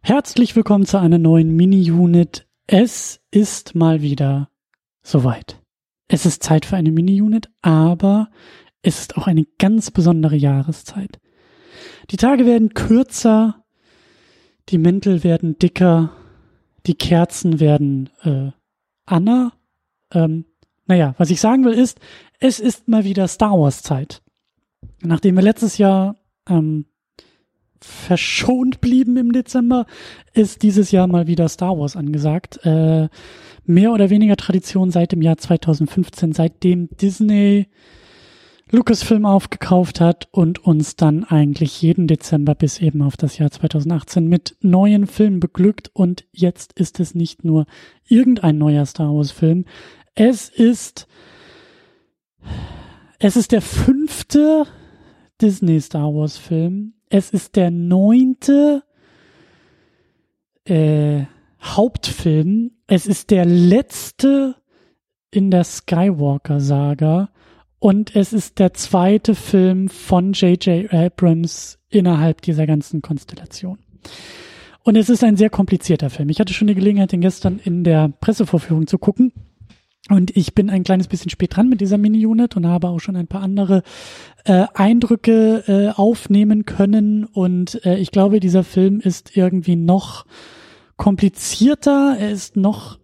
Herzlich willkommen zu einer neuen Mini-Unit. Es ist mal wieder soweit. Es ist Zeit für eine Mini-Unit, aber es ist auch eine ganz besondere Jahreszeit. Die Tage werden kürzer, die Mäntel werden dicker, die Kerzen werden Anna. Was ich sagen will ist, es ist mal wieder Star Wars Zeit. Nachdem wir letztes Jahr verschont blieben im Dezember, ist dieses Jahr mal wieder Star Wars angesagt. Mehr oder weniger Tradition seit dem Jahr 2015, seitdem Disney Lucasfilm aufgekauft hat und uns dann eigentlich jeden Dezember bis eben auf das Jahr 2018 mit neuen Filmen beglückt. Und jetzt ist es nicht nur irgendein neuer Star Wars Film. Es ist der 5. Disney Star Wars Film. Es ist der 9. Hauptfilm. Es ist der letzte in der Skywalker-Saga. Und es ist der 2. Film von J.J. Abrams innerhalb dieser ganzen Konstellation. Und es ist ein sehr komplizierter Film. Ich hatte schon die Gelegenheit, den gestern in der Pressevorführung zu gucken. Und ich bin ein kleines bisschen spät dran mit dieser Mini-Unit und habe auch schon ein paar andere Eindrücke aufnehmen können. Und ich glaube, dieser Film ist irgendwie noch komplizierter, er ist noch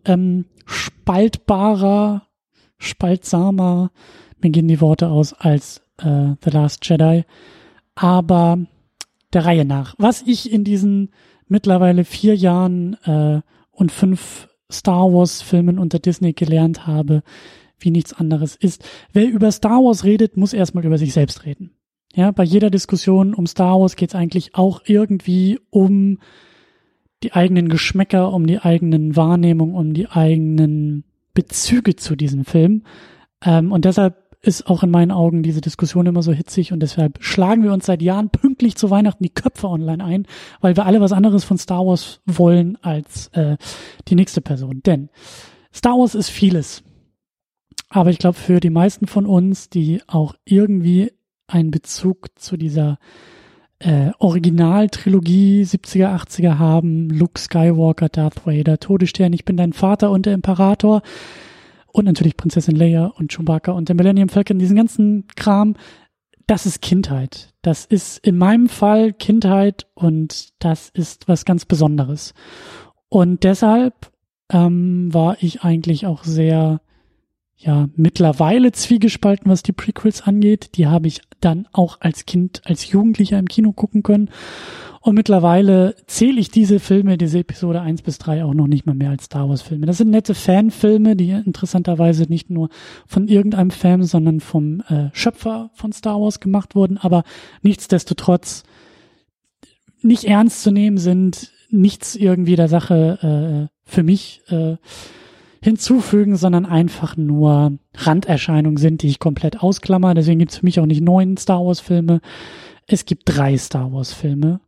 spaltsamer, mir gehen die Worte aus, als The Last Jedi. Aber der Reihe nach. Was ich in diesen mittlerweile 4 Jahren und 5 Star Wars Filmen unter Disney gelernt habe, wie nichts anderes ist. Wer über Star Wars redet, muss erstmal über sich selbst reden. Ja, bei jeder Diskussion um Star Wars geht es eigentlich auch irgendwie um die eigenen Geschmäcker, um die eigenen Wahrnehmungen, um die eigenen Bezüge zu diesem Film. Und deshalb ist auch in meinen Augen diese Diskussion immer so hitzig und deshalb schlagen wir uns seit Jahren pünktlich zu Weihnachten die Köpfe online ein, weil wir alle was anderes von Star Wars wollen als die nächste Person. Denn Star Wars ist vieles. Aber ich glaube, für die meisten von uns, die auch irgendwie einen Bezug zu dieser Originaltrilogie 70er, 80er haben, Luke Skywalker, Darth Vader, Todesstern, ich bin dein Vater und der Imperator, und natürlich Prinzessin Leia und Chewbacca und der Millennium Falcon, diesen ganzen Kram, das ist Kindheit. Das ist in meinem Fall Kindheit und das ist was ganz Besonderes. Und deshalb war ich eigentlich auch sehr, mittlerweile zwiegespalten, was die Prequels angeht. Die habe ich dann auch als Kind, als Jugendlicher im Kino gucken können. Und mittlerweile zähle ich diese Filme, diese Episode 1 bis 3 auch noch nicht mal mehr als Star Wars Filme. Das sind nette Fanfilme, die interessanterweise nicht nur von irgendeinem Fan, sondern vom Schöpfer von Star Wars gemacht wurden, aber nichtsdestotrotz nicht ernst zu nehmen sind, nichts irgendwie der Sache für mich hinzufügen, sondern einfach nur Randerscheinungen sind, die ich komplett ausklammer. Deswegen gibt es für mich auch nicht 9 Star Wars Filme. Es gibt 3 Star Wars Filme.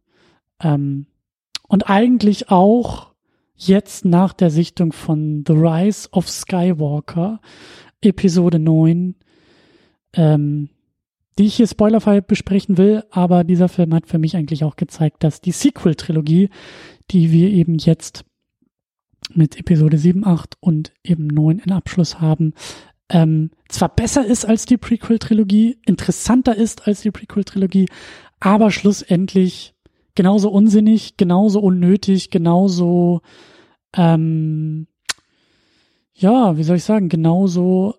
Und eigentlich auch jetzt nach der Sichtung von The Rise of Skywalker, Episode 9, die ich hier spoilerfrei besprechen will, aber dieser Film hat für mich eigentlich auch gezeigt, dass die Sequel-Trilogie, die wir eben jetzt mit Episode 7, 8 und eben 9 in Abschluss haben, zwar besser ist als die Prequel-Trilogie, interessanter ist als die Prequel-Trilogie, aber schlussendlich genauso unsinnig, genauso unnötig, genauso, genauso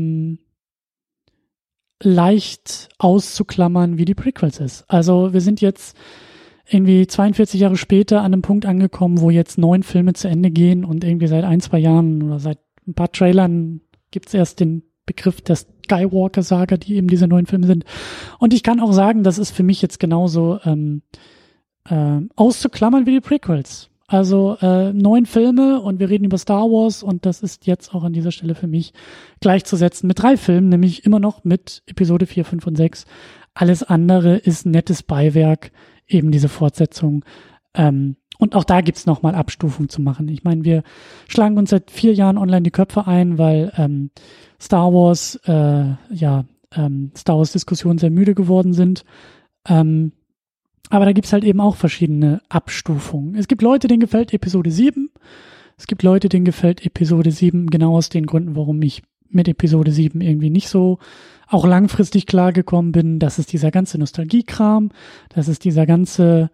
leicht auszuklammern, wie die Prequels ist. Also wir sind jetzt irgendwie 42 Jahre später an einem Punkt angekommen, wo jetzt 9 Filme zu Ende gehen und irgendwie seit 1, 2 Jahren oder seit ein paar Trailern gibt's erst den Begriff der Skywalker-Saga, die eben diese 9 Filme sind. Und ich kann auch sagen, das ist für mich jetzt genauso auszuklammern wie die Prequels. Also 9 Filme und wir reden über Star Wars und das ist jetzt auch an dieser Stelle für mich gleichzusetzen mit 3 Filmen, nämlich immer noch mit Episode 4, 5 und 6. Alles andere ist nettes Beiwerk, eben diese Fortsetzung. Und auch da gibt's nochmal Abstufung zu machen. Ich meine, wir schlagen uns seit 4 Jahren online die Köpfe ein, weil Star Wars Diskussionen sehr müde geworden sind. Aber da gibt's halt eben auch verschiedene Abstufungen. Es gibt Leute, denen gefällt Episode 7. Es gibt Leute, denen gefällt Episode 7 genau aus den Gründen, warum ich mit Episode 7 irgendwie nicht so auch langfristig klargekommen bin. Das ist dieser ganze Nostalgiekram. Das ist dieser ganze,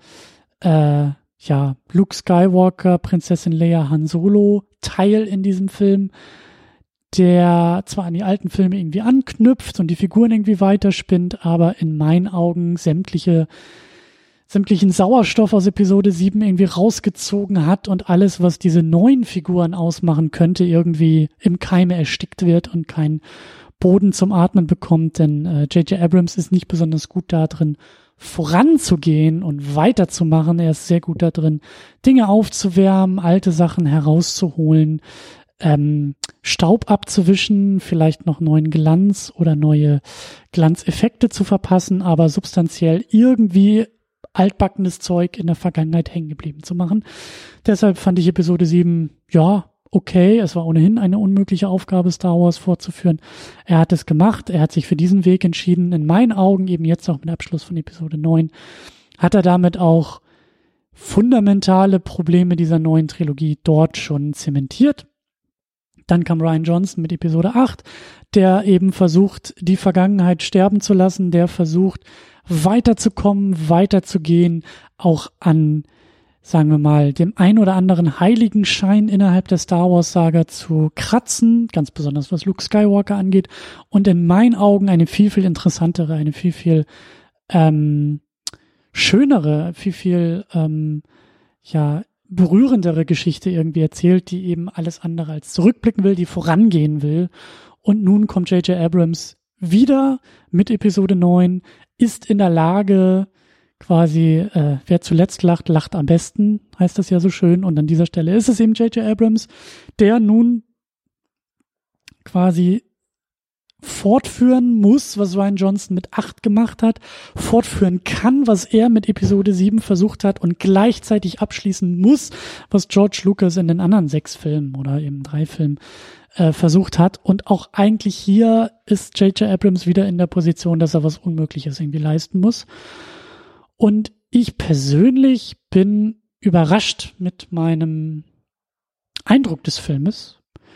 Luke Skywalker, Prinzessin Leia, Han Solo Teil in diesem Film, der zwar an die alten Filme irgendwie anknüpft und die Figuren irgendwie weiterspinnt, aber in meinen Augen sämtlichen Sauerstoff aus Episode 7 irgendwie rausgezogen hat und alles, was diese neuen Figuren ausmachen könnte, irgendwie im Keime erstickt wird und keinen Boden zum Atmen bekommt, denn J.J. Abrams ist nicht besonders gut da drin, voranzugehen und weiterzumachen. Er ist sehr gut da drin, Dinge aufzuwärmen, alte Sachen herauszuholen, Staub abzuwischen, vielleicht noch neuen Glanz oder neue Glanzeffekte zu verpassen, aber substanziell irgendwie altbackenes Zeug in der Vergangenheit hängen geblieben zu machen. Deshalb fand ich Episode 7, okay. Es war ohnehin eine unmögliche Aufgabe, Star Wars fortzuführen. Er hat es gemacht. Er hat sich für diesen Weg entschieden. In meinen Augen, eben jetzt auch mit Abschluss von Episode 9, hat er damit auch fundamentale Probleme dieser neuen Trilogie dort schon zementiert. Dann kam Rian Johnson mit Episode 8, der eben versucht, die Vergangenheit sterben zu lassen, der versucht, weiterzukommen, weiterzugehen, auch an, sagen wir mal, dem ein oder anderen Heiligenschein innerhalb der Star Wars-Saga zu kratzen, ganz besonders was Luke Skywalker angeht, und in meinen Augen eine viel, viel interessantere, eine viel, viel schönere, viel, viel berührendere Geschichte irgendwie erzählt, die eben alles andere als zurückblicken will, die vorangehen will. Und nun kommt J.J. Abrams wieder mit Episode 9, ist in der Lage, quasi, wer zuletzt lacht, lacht am besten, heißt das ja so schön. Und an dieser Stelle ist es eben J.J. Abrams, der nun quasi fortführen muss, was Rian Johnson mit 8 gemacht hat, fortführen kann, was er mit Episode 7 versucht hat und gleichzeitig abschließen muss, was George Lucas in den anderen 6 Filmen oder eben 3 Filmen versucht hat. Und auch eigentlich hier ist J.J. Abrams wieder in der Position, dass er was Unmögliches irgendwie leisten muss. Und ich persönlich bin überrascht mit meinem Eindruck des Filmes.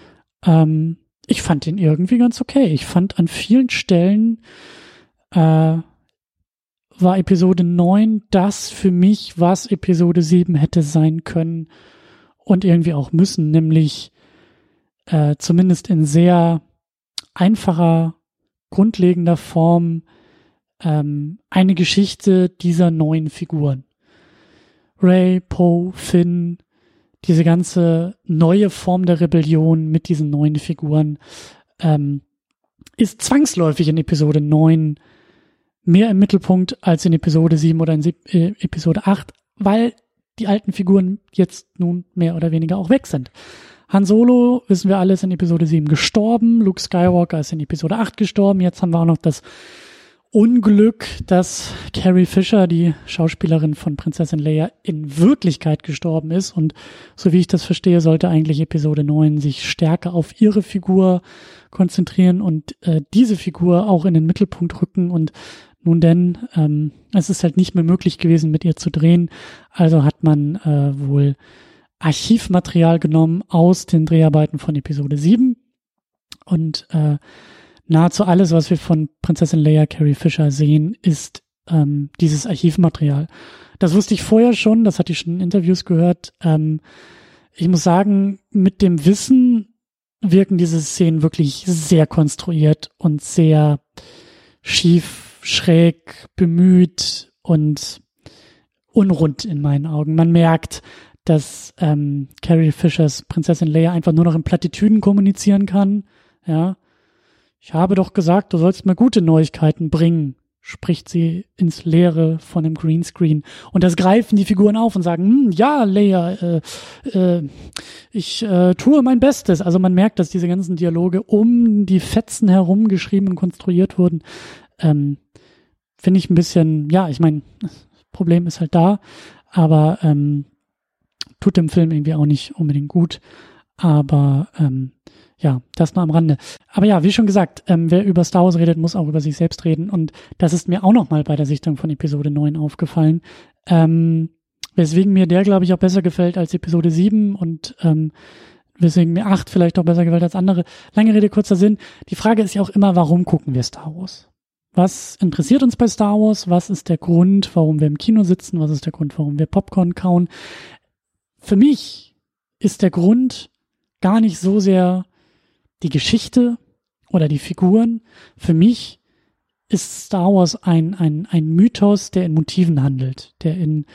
Ich fand ihn irgendwie ganz okay. Ich fand an vielen Stellen war Episode 9 das für mich, was Episode 7 hätte sein können und irgendwie auch müssen, nämlich zumindest in sehr einfacher, grundlegender Form eine Geschichte dieser neuen Figuren. Rey, Poe, Finn, diese ganze neue Form der Rebellion mit diesen neuen Figuren ist zwangsläufig in Episode 9 mehr im Mittelpunkt als in Episode 7 oder in Episode 8, weil die alten Figuren jetzt nun mehr oder weniger auch weg sind. Han Solo, wissen wir alle, ist in Episode 7 gestorben, Luke Skywalker ist in Episode 8 gestorben, jetzt haben wir auch noch das Unglück, dass Carrie Fisher, die Schauspielerin von Prinzessin Leia, in Wirklichkeit gestorben ist. Und so wie ich das verstehe, sollte eigentlich Episode 9 sich stärker auf ihre Figur konzentrieren und diese Figur auch in den Mittelpunkt rücken. Und nun denn, es ist halt nicht mehr möglich gewesen, mit ihr zu drehen. Also hat man wohl Archivmaterial genommen aus den Dreharbeiten von Episode 7 und nahezu alles, was wir von Prinzessin Leia, Carrie Fisher sehen, ist dieses Archivmaterial. Das wusste ich vorher schon, das hatte ich schon in Interviews gehört. Ich muss sagen, mit dem Wissen wirken diese Szenen wirklich sehr konstruiert und sehr schief, schräg, bemüht und unrund in meinen Augen. Man merkt, dass Carrie Fishers Prinzessin Leia einfach nur noch in Plattitüden kommunizieren kann. Ja, ich habe doch gesagt, du sollst mir gute Neuigkeiten bringen, spricht sie ins Leere von dem Greenscreen. Und das greifen die Figuren auf und sagen, ja, Leia, ich tue mein Bestes. Also man merkt, dass diese ganzen Dialoge um die Fetzen herum geschrieben und konstruiert wurden. Finde ich ein bisschen, ja, ich meine, das Problem ist halt da, aber tut dem Film irgendwie auch nicht unbedingt gut. Aber Ja, das nur am Rande. Aber ja, wie schon gesagt, wer über Star Wars redet, muss auch über sich selbst reden. Und das ist mir auch nochmal bei der Sichtung von Episode 9 aufgefallen. Weswegen mir der, glaube ich, auch besser gefällt als Episode 7 und weswegen mir 8 vielleicht auch besser gefällt als andere. Lange Rede, kurzer Sinn. Die Frage ist ja auch immer, warum gucken wir Star Wars? Was interessiert uns bei Star Wars? Was ist der Grund, warum wir im Kino sitzen? Was ist der Grund, warum wir Popcorn kauen? Für mich ist der Grund gar nicht so sehr die Geschichte oder die Figuren. Für mich ist Star Wars ein Mythos, der in Motiven handelt, der in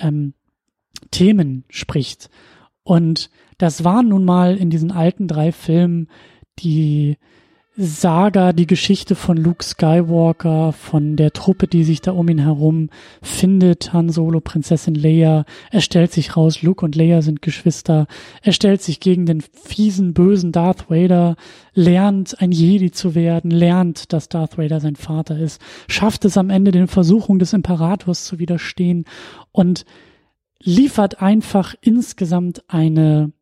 Themen spricht. Und das waren nun mal in diesen alten 3 Filmen die Saga, die Geschichte von Luke Skywalker, von der Truppe, die sich da um ihn herum findet, Han Solo, Prinzessin Leia. Er stellt sich raus, Luke und Leia sind Geschwister. Er stellt sich gegen den fiesen, bösen Darth Vader, lernt ein Jedi zu werden, lernt, dass Darth Vader sein Vater ist, schafft es am Ende, den Versuchungen des Imperators zu widerstehen und liefert einfach insgesamt eine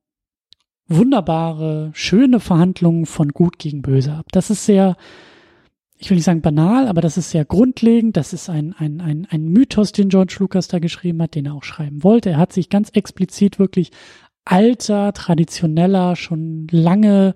wunderbare, schöne Verhandlung von Gut gegen Böse ab. Das ist sehr, ich will nicht sagen banal, aber das ist sehr grundlegend. Das ist ein Mythos, den George Lucas da geschrieben hat, den er auch schreiben wollte. Er hat sich ganz explizit wirklich alter, traditioneller, schon lange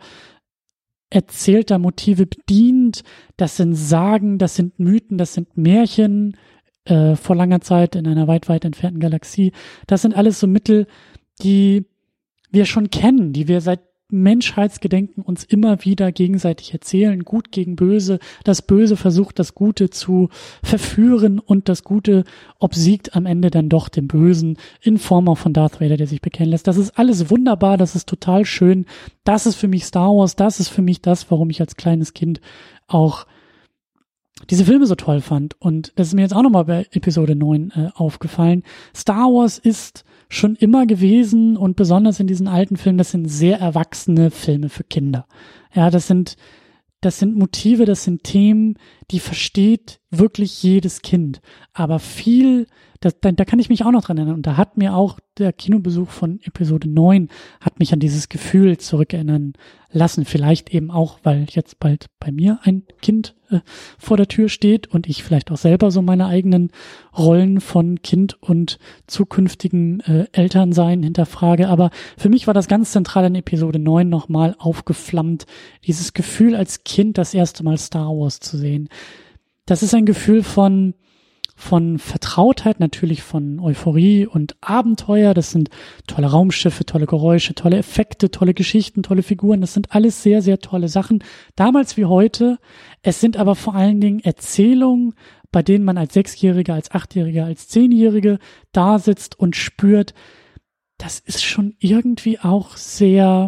erzählter Motive bedient. Das sind Sagen, das sind Mythen, das sind Märchen vor langer Zeit in einer weit, weit entfernten Galaxie. Das sind alles so Mittel, die wir schon kennen, die wir seit Menschheitsgedenken uns immer wieder gegenseitig erzählen. Gut gegen Böse. Das Böse versucht, das Gute zu verführen und das Gute obsiegt am Ende dann doch dem Bösen in Form auch von Darth Vader, der sich bekennen lässt. Das ist alles wunderbar, das ist total schön. Das ist für mich Star Wars, das ist für mich das, warum ich als kleines Kind auch diese Filme so toll fand. Und das ist mir jetzt auch nochmal bei Episode 9 aufgefallen. Star Wars ist schon immer gewesen und besonders in diesen alten Filmen, das sind sehr erwachsene Filme für Kinder. Ja, das sind Motive, das sind Themen, die versteht wirklich jedes Kind. Aber viel, da kann ich mich auch noch dran erinnern. Und da hat mir auch der Kinobesuch von Episode 9 hat mich an dieses Gefühl zurückerinnern lassen. Vielleicht eben auch, weil jetzt bald bei mir ein Kind vor der Tür steht und ich vielleicht auch selber so meine eigenen Rollen von Kind und zukünftigen Elternsein hinterfrage. Aber für mich war das ganz zentral in Episode 9 nochmal aufgeflammt. Dieses Gefühl als Kind das erste Mal Star Wars zu sehen. Das ist ein Gefühl von Vertrautheit, natürlich von Euphorie und Abenteuer. Das sind tolle Raumschiffe, tolle Geräusche, tolle Effekte, tolle Geschichten, tolle Figuren. Das sind alles sehr, sehr tolle Sachen. Damals wie heute. Es sind aber vor allen Dingen Erzählungen, bei denen man als 6-Jähriger, als 8-Jähriger, als 10-Jährige da sitzt und spürt, das ist schon irgendwie auch sehr,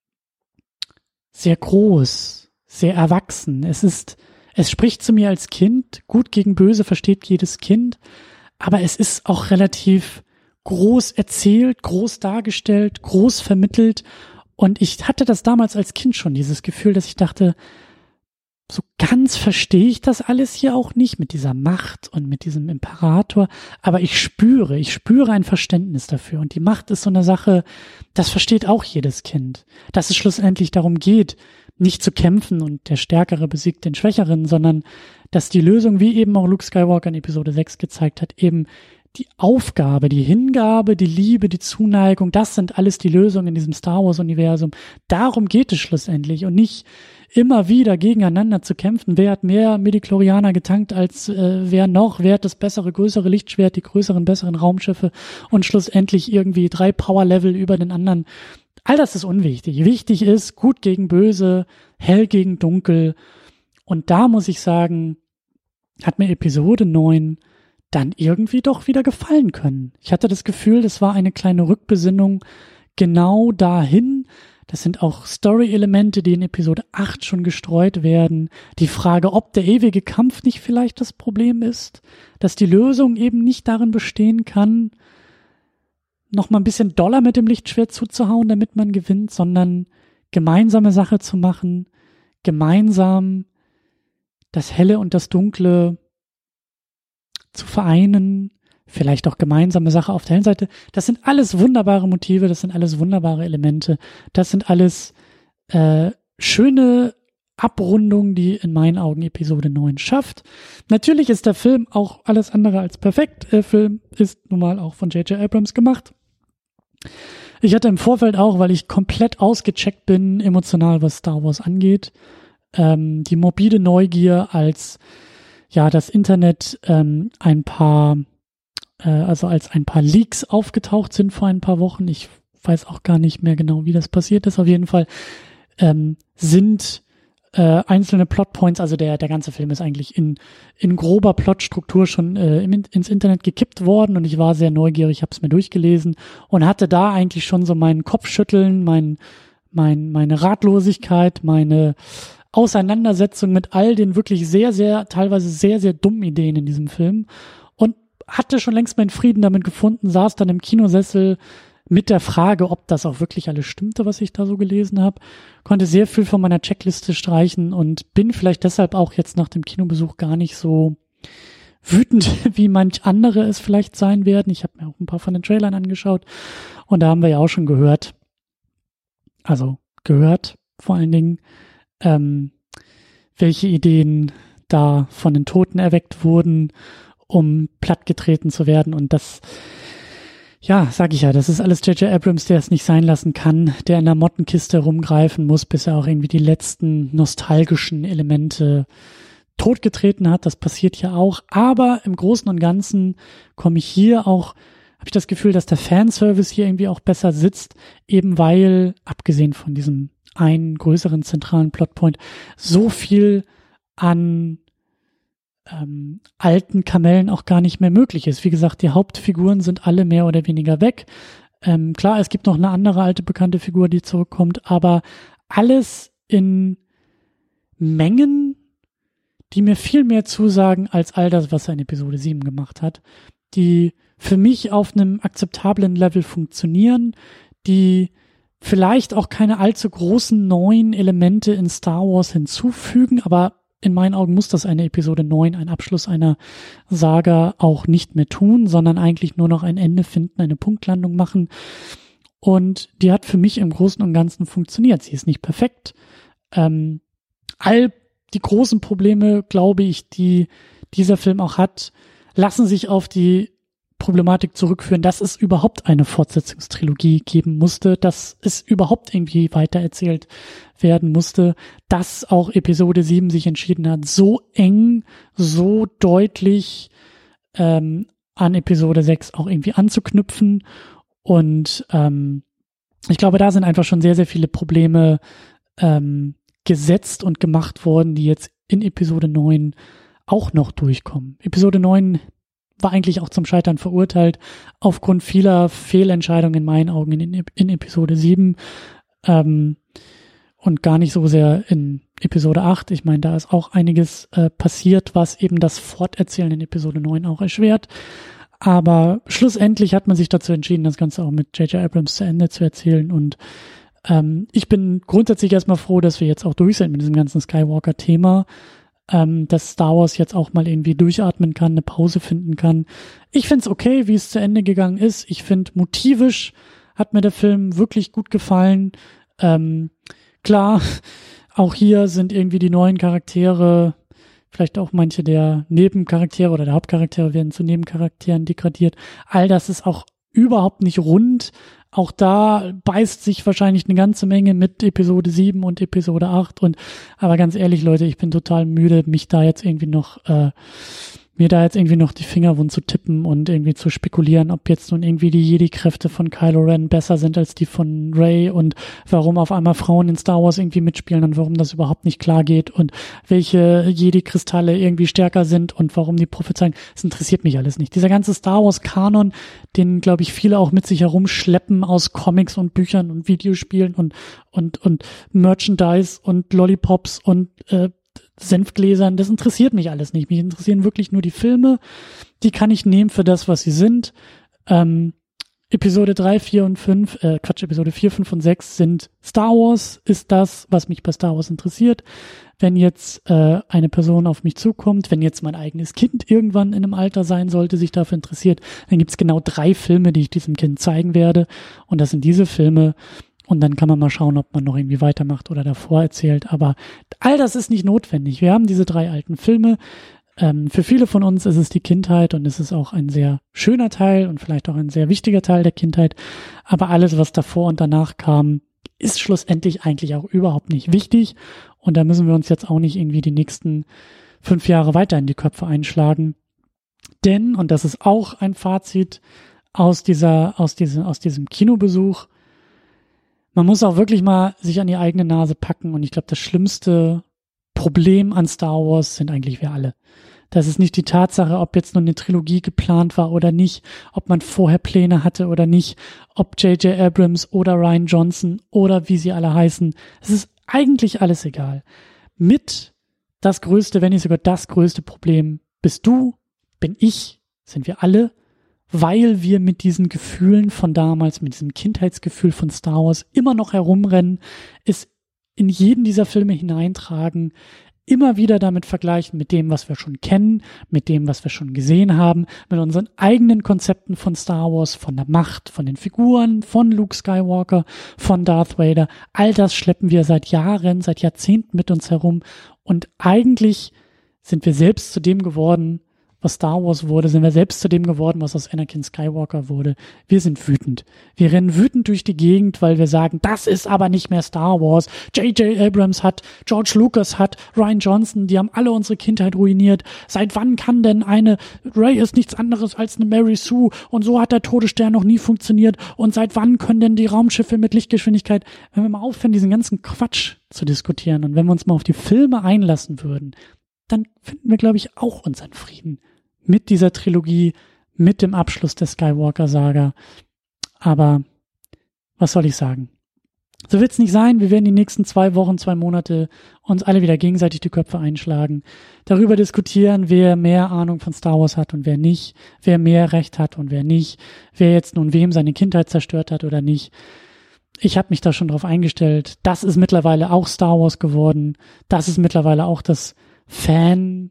sehr groß, sehr erwachsen. Es spricht zu mir als Kind, Gut gegen Böse versteht jedes Kind, aber es ist auch relativ groß erzählt, groß dargestellt, groß vermittelt und ich hatte das damals als Kind schon, dieses Gefühl, dass ich dachte, so ganz verstehe ich das alles hier auch nicht mit dieser Macht und mit diesem Imperator, aber ich spüre ein Verständnis dafür und die Macht ist so eine Sache, das versteht auch jedes Kind, dass es schlussendlich darum geht, nicht zu kämpfen und der Stärkere besiegt den Schwächeren, sondern dass die Lösung, wie eben auch Luke Skywalker in Episode 6 gezeigt hat, eben die Aufgabe, die Hingabe, die Liebe, die Zuneigung, das sind alles die Lösungen in diesem Star Wars-Universum. Darum geht es schlussendlich und nicht immer wieder gegeneinander zu kämpfen. Wer hat mehr Midichlorianer getankt als wer hat das bessere, größere Lichtschwert, die größeren, besseren Raumschiffe und schlussendlich irgendwie 3 Power-Level über den anderen. All das ist unwichtig. Wichtig ist Gut gegen Böse, Hell gegen Dunkel. Und da muss ich sagen, hat mir Episode 9 dann irgendwie doch wieder gefallen können. Ich hatte das Gefühl, das war eine kleine Rückbesinnung genau dahin. Das sind auch Story-Elemente, die in Episode 8 schon gestreut werden. Die Frage, ob der ewige Kampf nicht vielleicht das Problem ist, dass die Lösung eben nicht darin bestehen kann, noch mal ein bisschen doller mit dem Lichtschwert zuzuhauen, damit man gewinnt, sondern gemeinsame Sache zu machen, gemeinsam das Helle und das Dunkle zu vereinen, vielleicht auch gemeinsame Sache auf der hellen Seite. Das sind alles wunderbare Motive, das sind alles wunderbare Elemente, das sind alles schöne Abrundung, die in meinen Augen Episode 9 schafft. Natürlich ist der Film auch alles andere als perfekt. Der Film ist nun mal auch von J.J. Abrams gemacht. Ich hatte im Vorfeld auch, weil ich komplett ausgecheckt bin, emotional, was Star Wars angeht, die morbide Neugier, als ja das Internet als ein paar Leaks aufgetaucht sind vor ein paar Wochen. Ich weiß auch gar nicht mehr genau, wie das passiert ist. Auf jeden Fall sind einzelne Plotpoints, also der ganze Film ist eigentlich in grober Plotstruktur schon ins Internet gekippt worden, und ich war sehr neugierig, habe es mir durchgelesen und hatte da eigentlich schon so meinen Kopfschütteln, meine Ratlosigkeit, meine Auseinandersetzung mit all den wirklich teilweise sehr, sehr dummen Ideen in diesem Film, und hatte schon längst meinen Frieden damit gefunden, saß dann im Kinosessel mit der Frage, ob das auch wirklich alles stimmte, was ich da so gelesen habe, konnte sehr viel von meiner Checkliste streichen und bin vielleicht deshalb auch jetzt nach dem Kinobesuch gar nicht so wütend, wie manch andere es vielleicht sein werden. Ich habe mir auch ein paar von den Trailern angeschaut, und da haben wir ja auch schon gehört vor allen Dingen, welche Ideen da von den Toten erweckt wurden, um plattgetreten zu werden, und das, ja, sag ich ja, das ist alles J.J. Abrams, der es nicht sein lassen kann, der in der Mottenkiste rumgreifen muss, bis er auch irgendwie die letzten nostalgischen Elemente totgetreten hat. Das passiert ja auch. Aber im Großen und Ganzen habe ich das Gefühl, dass der Fanservice hier irgendwie auch besser sitzt, eben weil, abgesehen von diesem einen größeren zentralen Plotpoint, so viel an alten Kamellen auch gar nicht mehr möglich ist. Wie gesagt, die Hauptfiguren sind alle mehr oder weniger weg. Klar, es gibt noch eine andere alte bekannte Figur, die zurückkommt, aber alles in Mengen, die mir viel mehr zusagen als all das, was er in Episode 7 gemacht hat, die für mich auf einem akzeptablen Level funktionieren, die vielleicht auch keine allzu großen neuen Elemente in Star Wars hinzufügen, aber in meinen Augen muss das eine Episode 9, ein Abschluss einer Saga, auch nicht mehr tun, sondern eigentlich nur noch ein Ende finden, eine Punktlandung machen. Und die hat für mich im Großen und Ganzen funktioniert. Sie ist nicht perfekt. All die großen Probleme, glaube ich, die dieser Film auch hat, lassen sich auf die Problematik zurückführen, dass es überhaupt eine Fortsetzungstrilogie geben musste, dass es überhaupt irgendwie weitererzählt werden musste, dass auch Episode 7 sich entschieden hat, so eng, so deutlich an Episode 6 auch irgendwie anzuknüpfen. Und ich glaube, da sind einfach schon sehr, sehr viele Probleme gesetzt und gemacht worden, die jetzt in Episode 9 auch noch durchkommen. Episode 9 war eigentlich auch zum Scheitern verurteilt, aufgrund vieler Fehlentscheidungen in meinen Augen in Episode 7 und gar nicht so sehr in Episode 8. Ich meine, da ist auch einiges passiert, was eben das Forterzählen in Episode 9 auch erschwert. Aber schlussendlich hat man sich dazu entschieden, das Ganze auch mit J.J. Abrams zu Ende zu erzählen, und ich bin grundsätzlich erstmal froh, dass wir jetzt auch durch sind mit diesem ganzen Skywalker-Thema, dass Star Wars jetzt auch mal irgendwie durchatmen kann, eine Pause finden kann. Ich find's okay, wie es zu Ende gegangen ist. Ich finde, motivisch hat mir der Film wirklich gut gefallen. Klar, auch hier sind irgendwie die neuen Charaktere, vielleicht auch manche der Nebencharaktere oder der Hauptcharaktere werden zu Nebencharakteren degradiert. All das ist auch überhaupt nicht rund. Auch da beißt sich wahrscheinlich eine ganze Menge mit Episode 7 und Episode 8. Aber ganz ehrlich, Leute, ich bin total müde, mir da jetzt irgendwie noch die Finger wund zu tippen und irgendwie zu spekulieren, ob jetzt nun irgendwie die Jedi-Kräfte von Kylo Ren besser sind als die von Rey und warum auf einmal Frauen in Star Wars irgendwie mitspielen und warum das überhaupt nicht klar geht und welche Jedi-Kristalle irgendwie stärker sind und warum die prophezeien. Das interessiert mich alles nicht. Dieser ganze Star Wars-Kanon, den, glaube ich, viele auch mit sich herumschleppen aus Comics und Büchern und Videospielen und Merchandise und Lollipops und Senfgläsern, das interessiert mich alles nicht. Mich interessieren wirklich nur die Filme. Die kann ich nehmen für das, was sie sind. Episode 3, 4 und 5, Episode 4, 5 und 6 sind Star Wars, ist das, was mich bei Star Wars interessiert. Wenn jetzt eine Person auf mich zukommt, wenn jetzt mein eigenes Kind irgendwann in einem Alter sein sollte, sich dafür interessiert, dann gibt's genau 3 Filme, die ich diesem Kind zeigen werde. Und das sind diese Filme. Und dann kann man mal schauen, ob man noch irgendwie weitermacht oder davor erzählt. Aber all das ist nicht notwendig. Wir haben diese 3 alten Filme. Für viele von uns ist es die Kindheit und es ist auch ein sehr schöner Teil und vielleicht auch ein sehr wichtiger Teil der Kindheit. Aber alles, was davor und danach kam, ist schlussendlich eigentlich auch überhaupt nicht wichtig. Und da müssen wir uns jetzt auch nicht irgendwie die nächsten 5 Jahre weiter in die Köpfe einschlagen. Denn, und das ist auch ein Fazit aus diesem Kinobesuch, man muss auch wirklich mal sich an die eigene Nase packen und ich glaube, das schlimmste Problem an Star Wars sind eigentlich wir alle. Das ist nicht die Tatsache, ob jetzt nur eine Trilogie geplant war oder nicht, ob man vorher Pläne hatte oder nicht, ob J.J. Abrams oder Rian Johnson oder wie sie alle heißen. Es ist eigentlich alles egal. Mit das größte, wenn nicht sogar das größte Problem bist du, bin ich, sind wir alle, weil wir mit diesen Gefühlen von damals, mit diesem Kindheitsgefühl von Star Wars immer noch herumrennen, es in jeden dieser Filme hineintragen, immer wieder damit vergleichen mit dem, was wir schon kennen, mit dem, was wir schon gesehen haben, mit unseren eigenen Konzepten von Star Wars, von der Macht, von den Figuren, von Luke Skywalker, von Darth Vader. All das schleppen wir seit Jahren, seit Jahrzehnten mit uns herum und eigentlich sind wir selbst zu dem geworden, was Star Wars wurde, sind wir selbst zu dem geworden, was aus Anakin Skywalker wurde. Wir sind wütend. Wir rennen wütend durch die Gegend, weil wir sagen, das ist aber nicht mehr Star Wars. J.J. Abrams hat, George Lucas hat, Rian Johnson, die haben alle unsere Kindheit ruiniert. Seit wann kann denn eine Rey ist nichts anderes als eine Mary Sue und so hat der Todesstern noch nie funktioniert und seit wann können denn die Raumschiffe mit Lichtgeschwindigkeit, wenn wir mal aufhören, diesen ganzen Quatsch zu diskutieren und wenn wir uns mal auf die Filme einlassen würden, dann finden wir, glaube ich, auch unseren Frieden mit dieser Trilogie, mit dem Abschluss der Skywalker-Saga. Aber was soll ich sagen? So wird's nicht sein. Wir werden die nächsten 2 Wochen, 2 Monate uns alle wieder gegenseitig die Köpfe einschlagen, darüber diskutieren, wer mehr Ahnung von Star Wars hat und wer nicht, wer mehr Recht hat und wer nicht, wer jetzt nun wem seine Kindheit zerstört hat oder nicht. Ich habe mich da schon drauf eingestellt. Das ist mittlerweile auch Star Wars geworden. Das ist mittlerweile auch das Fan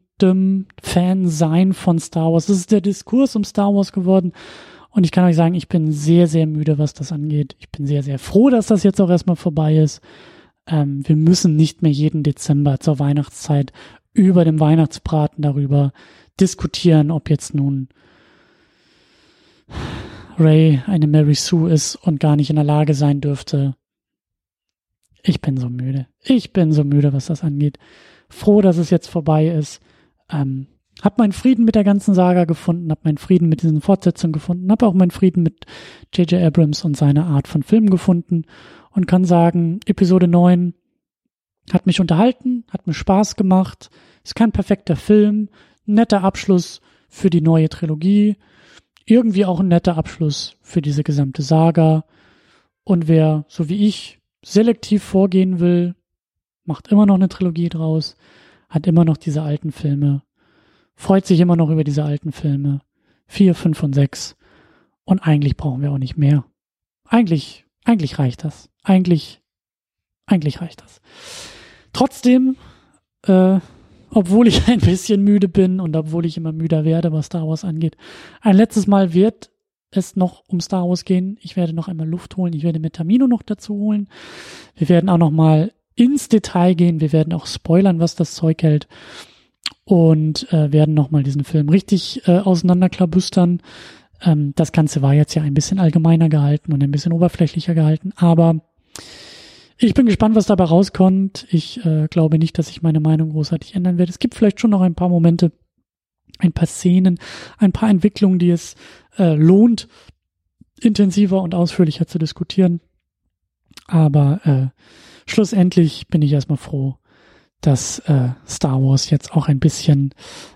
sein von Star Wars. Das ist der Diskurs um Star Wars geworden. Und ich kann euch sagen, ich bin sehr, sehr müde, was das angeht. Ich bin sehr, sehr froh, dass das jetzt auch erstmal vorbei ist. Wir müssen nicht mehr jeden Dezember zur Weihnachtszeit über dem Weihnachtsbraten darüber diskutieren, ob jetzt nun Rey eine Mary Sue ist und gar nicht in der Lage sein dürfte. Ich bin so müde. Ich bin so müde, was das angeht. Froh, dass es jetzt vorbei ist. Hab meinen Frieden mit der ganzen Saga gefunden, hab meinen Frieden mit diesen Fortsetzungen gefunden, hab auch meinen Frieden mit J.J. Abrams und seiner Art von Film gefunden und kann sagen, Episode 9 hat mich unterhalten, hat mir Spaß gemacht, ist kein perfekter Film, netter Abschluss für die neue Trilogie, irgendwie auch ein netter Abschluss für diese gesamte Saga und wer, so wie ich, selektiv vorgehen will, macht immer noch eine Trilogie draus, hat immer noch diese alten Filme, freut sich immer noch über diese alten Filme, 4, 5 und 6 und eigentlich brauchen wir auch nicht mehr. Eigentlich reicht das. Eigentlich reicht das. Trotzdem, obwohl ich ein bisschen müde bin und obwohl ich immer müder werde, was Star Wars angeht, ein letztes Mal wird es noch um Star Wars gehen. Ich werde noch einmal Luft holen. Ich werde mir Tamino noch dazu holen. Wir werden auch noch mal ins Detail gehen. Wir werden auch spoilern, was das Zeug hält. Und werden nochmal diesen Film richtig auseinanderklabüstern. Das Ganze war jetzt ja ein bisschen allgemeiner gehalten und ein bisschen oberflächlicher gehalten. Aber ich bin gespannt, was dabei rauskommt. Ich glaube nicht, dass sich meine Meinung großartig ändern wird. Es gibt vielleicht schon noch ein paar Momente, ein paar Szenen, ein paar Entwicklungen, die es lohnt, intensiver und ausführlicher zu diskutieren. Aber schlussendlich bin ich erstmal froh, dass Star Wars jetzt auch ein bisschen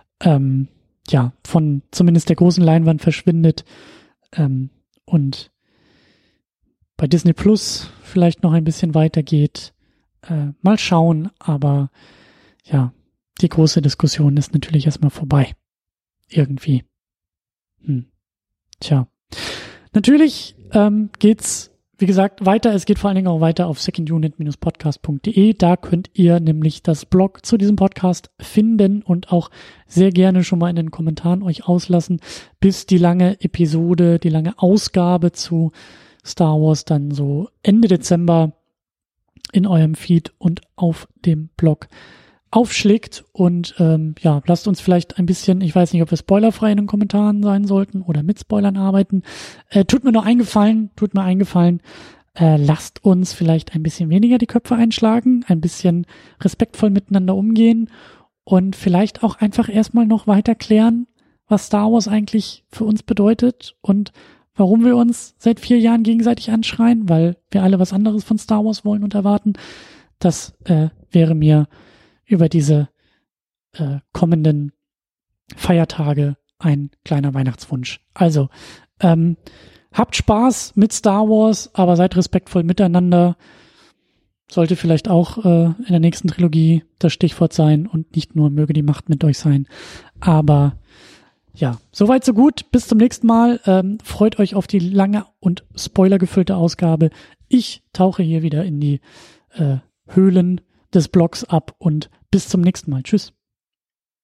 von zumindest der großen Leinwand verschwindet und bei Disney Plus vielleicht noch ein bisschen weitergeht. Mal schauen, aber ja, die große Diskussion ist natürlich erstmal vorbei. Irgendwie. Tja. Natürlich geht's, wie gesagt, weiter. Es geht vor allen Dingen auch weiter auf secondunit-podcast.de. Da könnt ihr nämlich das Blog zu diesem Podcast finden und auch sehr gerne schon mal in den Kommentaren euch auslassen, bis die lange Episode, die lange Ausgabe zu Star Wars dann so Ende Dezember in eurem Feed und auf dem Blog aufschlägt. Und lasst uns vielleicht ein bisschen, ich weiß nicht, ob wir spoilerfrei in den Kommentaren sein sollten oder mit Spoilern arbeiten. Tut mir eingefallen, lasst uns vielleicht ein bisschen weniger die Köpfe einschlagen, ein bisschen respektvoll miteinander umgehen und vielleicht auch einfach erstmal noch weiter klären, was Star Wars eigentlich für uns bedeutet und warum wir uns seit 4 Jahren gegenseitig anschreien, weil wir alle was anderes von Star Wars wollen und erwarten. Das wäre mir über diese kommenden Feiertage ein kleiner Weihnachtswunsch. Also, habt Spaß mit Star Wars, aber seid respektvoll miteinander. Sollte vielleicht auch in der nächsten Trilogie das Stichwort sein und nicht nur möge die Macht mit euch sein. Aber ja, soweit so gut. Bis zum nächsten Mal. Freut euch auf die lange und spoilergefüllte Ausgabe. Ich tauche hier wieder in die Höhlen des Blogs ab und bis zum nächsten Mal. Tschüss.